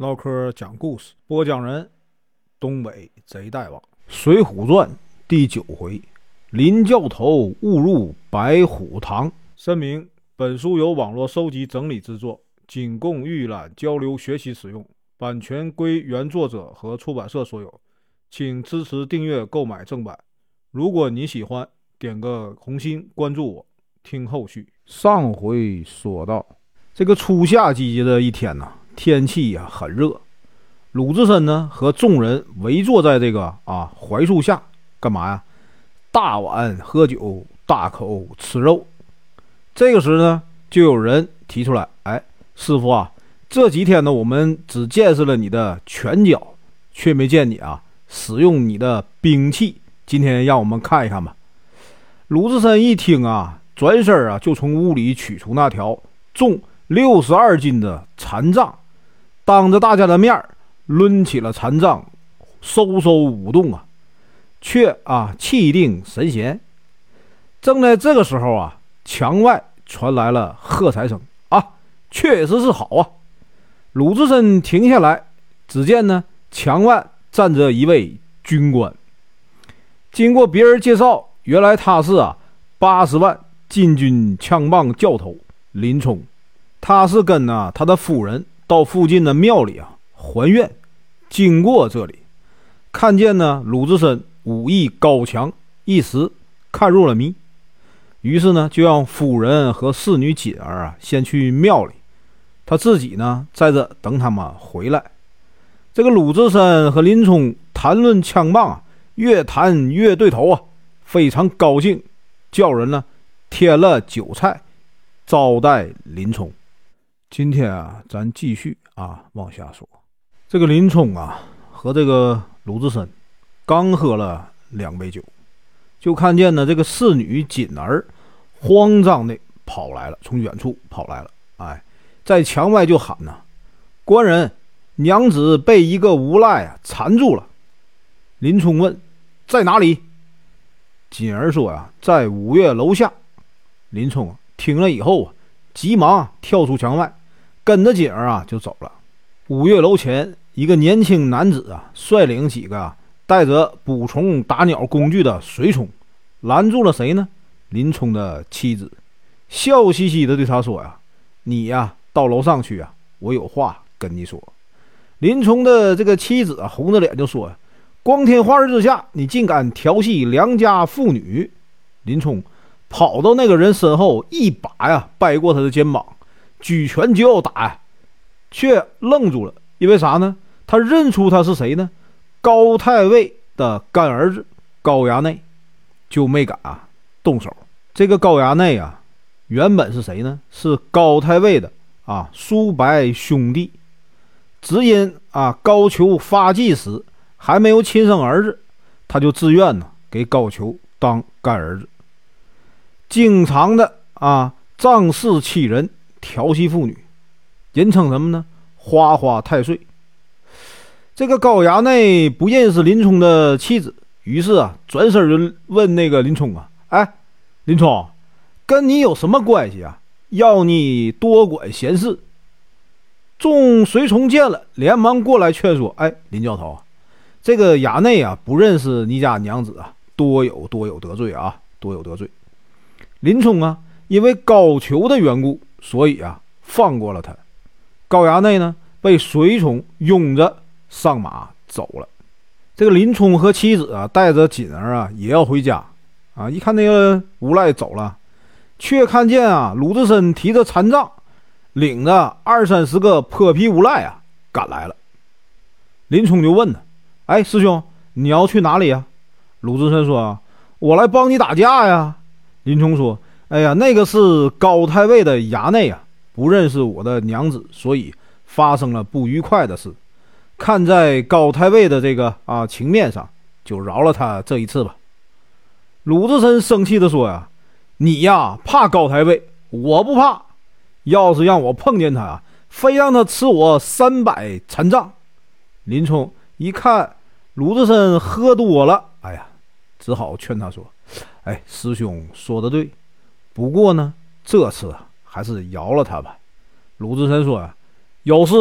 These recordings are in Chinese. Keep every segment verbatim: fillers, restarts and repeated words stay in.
唠嗑讲故事，播讲人东北贼大王。水浒传第九回，林教头误入白虎堂。声明：本书由网络收集整理制作，仅供预览、交流、学习使用，版权归原作者和出版社所有，请支持订阅、购买正版。如果你喜欢，点个红心，关注我，听后续。上回说到，这个初夏季节的一天呢、啊，天气呀、啊、很热。鲁智深呢和众人围坐在这个啊槐树下，干嘛呀？大碗喝酒，大口吃肉。这个时呢，就有人提出来：“哎，师傅啊，这几天呢，我们只见识了你的拳脚，却没见你啊使用你的兵器。今天让我们看一看吧。”鲁智深一听啊，转身啊就从屋里取出那条重六十二斤的禅杖，当着大家的面抡起了禅杖，嗖嗖舞动啊，却啊气定神闲。正在这个时候啊，墙外传来了喝彩声啊，确实是好啊！鲁智深停下来，只见呢墙外站着一位军官。经过别人介绍，原来他是啊八十万禁军枪棒教头林冲。他是跟啊他的夫人到附近的庙里啊还愿，经过这里，看见呢鲁智深武艺高强，一时看入了迷，于是呢就让夫人和侍女锦儿啊先去庙里，他自己呢在这等他们回来。这个鲁智深和林冲谈论枪棒啊，越谈越对头啊，非常高兴，叫人呢添了酒菜招待林冲。今天啊，咱继续啊往下说。这个林冲啊和这个鲁智深刚喝了两杯酒，就看见呢这个侍女锦儿慌张的跑来了，从远处跑来了，哎，在墙外就喊呢：“官人，娘子被一个无赖啊缠住了。”林冲问：“在哪里？”锦儿说呀：“在五岳楼下。”林冲啊听了以后啊，急忙啊跳出墙外，跟着锦儿啊就走了。五岳楼前，一个年轻男子啊率领几个啊带着捕虫打鸟工具的随从，拦住了谁呢？林冲的妻子，笑嘻嘻的对他说呀：“你呀到楼上去啊，我有话跟你说。”林冲的这个妻子啊红着脸就说呀：“光天化日之下，你竟敢调戏良家妇女！”林冲跑到那个人身后，一把呀掰过他的肩膀，举拳就要打呀，却愣住了。因为啥呢？他认出他是谁呢？高太尉的干儿子高衙内，就没敢啊动手。这个高衙内啊，原本是谁呢？是高太尉的啊叔伯兄弟，只因啊高俅发迹时还没有亲生儿子，他就自愿呢给高俅当干儿子，经常的啊仗势欺人，调戏妇女，人称什么呢？花花太岁。这个高衙内不认识林冲的妻子，于是啊转身就问那个林冲啊：“哎，林冲，跟你有什么关系啊？要你多管闲事。”众随从见了，连忙过来劝说：“哎，林教头，这个衙内啊不认识你家娘子啊，多有多有得罪啊，多有得罪。”林冲啊因为高俅的缘故，所以啊放过了他。高衙内呢被随从拥着上马走了。这个林冲和妻子啊带着锦儿啊也要回家啊，一看那个无赖走了，却看见啊鲁智深提着禅杖，领着二三十个泼皮无赖啊赶来了。林冲就问呢：“哎，师兄，你要去哪里啊？”鲁智深说：“我来帮你打架呀。”林冲说：“哎呀，那个是高太尉的衙内啊，不认识我的娘子，所以发生了不愉快的事。看在高太尉的这个啊情面上，就饶了他这一次吧。”鲁智深生气的说呀：“你呀怕高太尉，我不怕。要是让我碰见他啊，非让他吃我三百禅杖。”林冲一看鲁智深喝多了，哎呀，只好劝他说：“哎，师兄说的对，不过呢，这次啊还是饶了他吧。”鲁智深说呀：“有事啊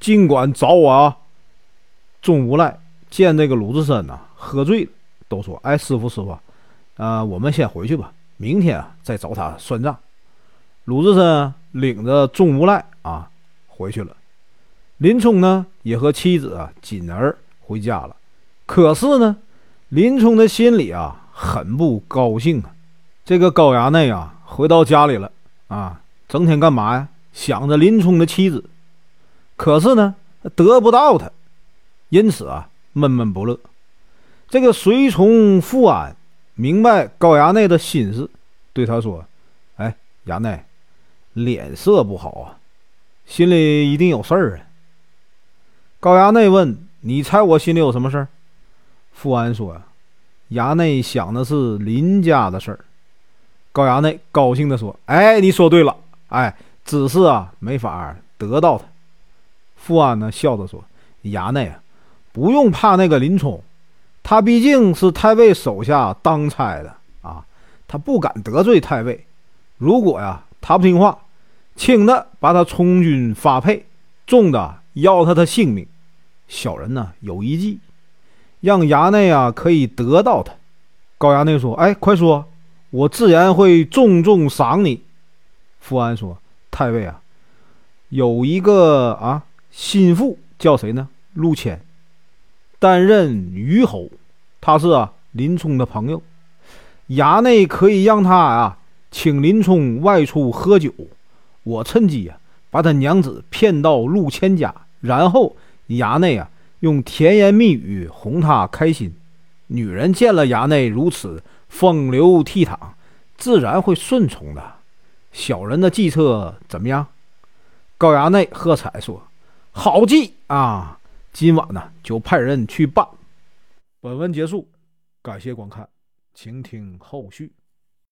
尽管找我啊。中午来见这个鲁智深啊，喝醉了，都说：“哎，师傅师傅，啊、呃，我们先回去吧，明天啊再找他算账。”鲁智深领着钟无赖啊回去了。林冲呢也和妻子啊锦儿回家了。可是呢，林冲的心里啊很不高兴啊。这个高衙内啊回到家里了啊，整天干嘛呀？想着林冲的妻子，可是呢得不到他，因此啊闷闷不乐。这个随从富安明白高衙内的心思，对他说：“哎，衙内，脸色不好啊，心里一定有事儿啊。”高衙内问：“你猜我心里有什么事儿？”富安说：“衙内想的是林家的事儿。”高衙内高兴地说：“哎，你说对了，哎，只是啊没法得到他。”富安呢笑着说：“衙内啊，不用怕那个林冲，他毕竟是太尉手下当差的啊，他不敢得罪太尉。如果呀他不听话，轻的把他充军发配，重的要他的性命。小人呢有一计，让衙内啊可以得到他。”高衙内说：“哎，快说，我自然会重重赏你。”富安说：“太尉啊，有一个啊心腹叫谁呢？陆谦，担任虞侯，他是啊林冲的朋友。衙内可以让他啊请林冲外出喝酒，我趁机啊把他娘子骗到陆谦家，然后衙内啊用甜言蜜语哄他开心。女人见了衙内如此风流倜傥，自然会顺从的。小人的计策怎么样？”高衙内喝彩说：“好计啊！今晚呢就派人去办。”本文结束，感谢观看，请听后续。